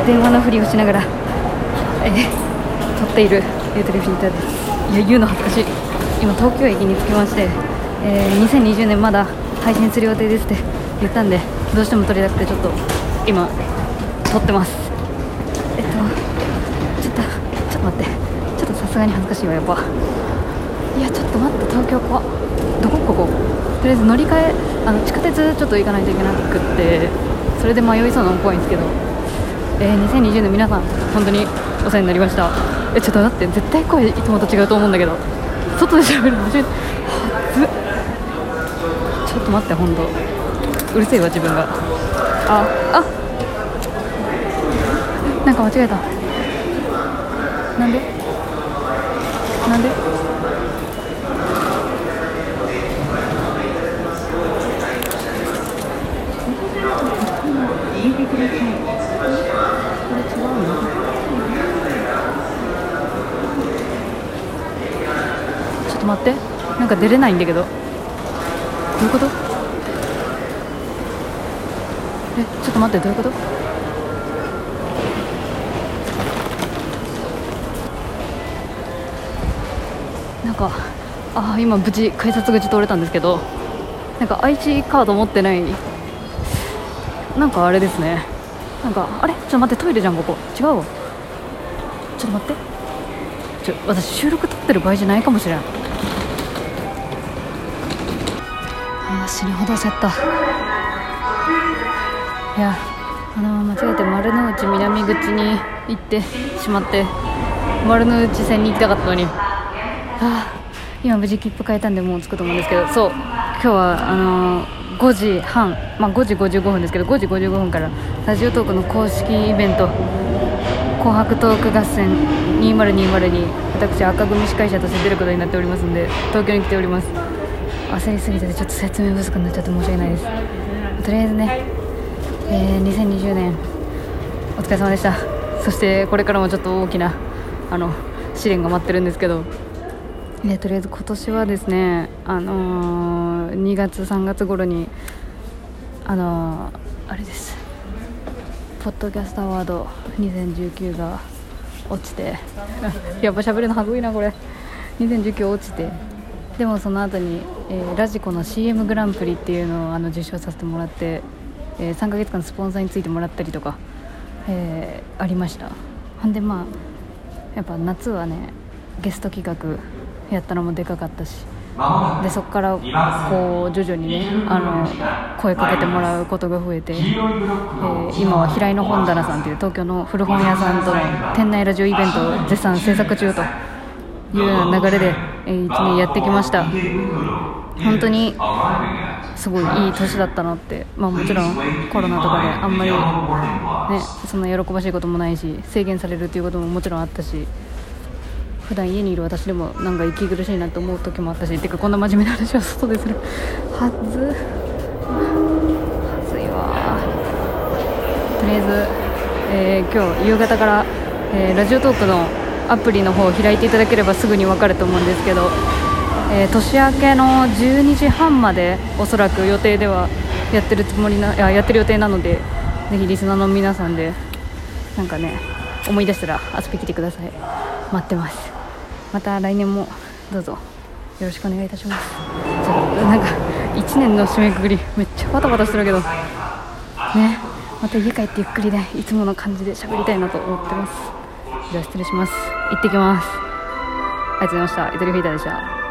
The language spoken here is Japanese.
電話のふりをしながら、撮っているエトリフィーターです。いや、言うの恥ずかしい。今東京駅に着きまして、2020年まだ配信する予定ですって言ったんで、どうしても撮りたくてちょっと今撮ってます。ちょっと待って、ちょっとさすがに恥ずかしいわ。やっぱいや、ちょっと待って、東京怖っ。どこここ。とりあえず乗り換え、地下鉄ちょっと行かないといけなくって、それで迷いそうなの怖いんですけど、2020年皆さん本当にお世話になりました。ちょっと待って、絶対声いつもと違うと思うんだけど、外で喋るのはずっ。ちょっと待って、本当うるせえわ自分が。なんか間違えた。なんでちょっと待って、なんか出れないんだけど、どういうこと？ちょっと待って、どういうこと？なんか今無事改札口通れたんですけど、なんか IC カード持ってない、なんかあれですね。なんかちょっと待って、トイレじゃんここ。違うわ。ちょっと待って、私収録撮ってる場合じゃないかもしれん。死ぬほど焦った。いや、間違えて丸の内南口に行ってしまって、丸の内線に行きたかったのに、今無事切符変えたんでもう着くと思うんですけど、そう、今日は5時半、5時55分ですけど、5時55分からラジオトークの公式イベント紅白トーク合戦2020に私赤組司会者として出ることになっておりますので、東京に来ております。焦りすぎてちょっと説明不足になっちゃって申し訳ないです。とりあえずね、2020年お疲れ様でした。そしてこれからもちょっと大きな試練が待ってるんですけど、とりあえず今年はですね、2月3月頃にあれです、ポッドキャストアワード2019が落ちてやっぱ喋るのはずいなこれ。2019落ちて、でもその後に、ラジコの CM グランプリっていうのを受賞させてもらって、3ヶ月間スポンサーについてもらったりとか、ありました。ほんでやっぱ夏はね、ゲスト企画やったのもでかかったし、でそこからこう徐々にね声かけてもらうことが増えて、今は平井の本棚さんという東京の古本屋さんとの店内ラジオイベントを絶賛制作中というような流れで、1年やってきました。本当にすごいいい年だったなって、もちろんコロナとかであんまり、ね、そんな喜ばしいこともないし、制限されるということももちろんあったし、普段家にいる私でもなんか息苦しいなと思う時もあったし、てかこんな真面目な話は外でするはずいわ。とりあえず、今日夕方から、ラジオトークのアプリの方を開いていただければすぐに分かると思うんですけど、年明けの12時半までおそらく予定ではやってる予定なので、ぜひリスナーの皆さんでなんかね、思い出したら遊びに来てください。待ってます。また来年もどうぞよろしくお願いいたします。なんか1年の締めくくりめっちゃバタバタしてるけどね、また家帰ってゆっくりでいつもの感じで喋りたいなと思ってます。じゃあ失礼します。行ってきます。ありがとうございました。エトリフィーターでした。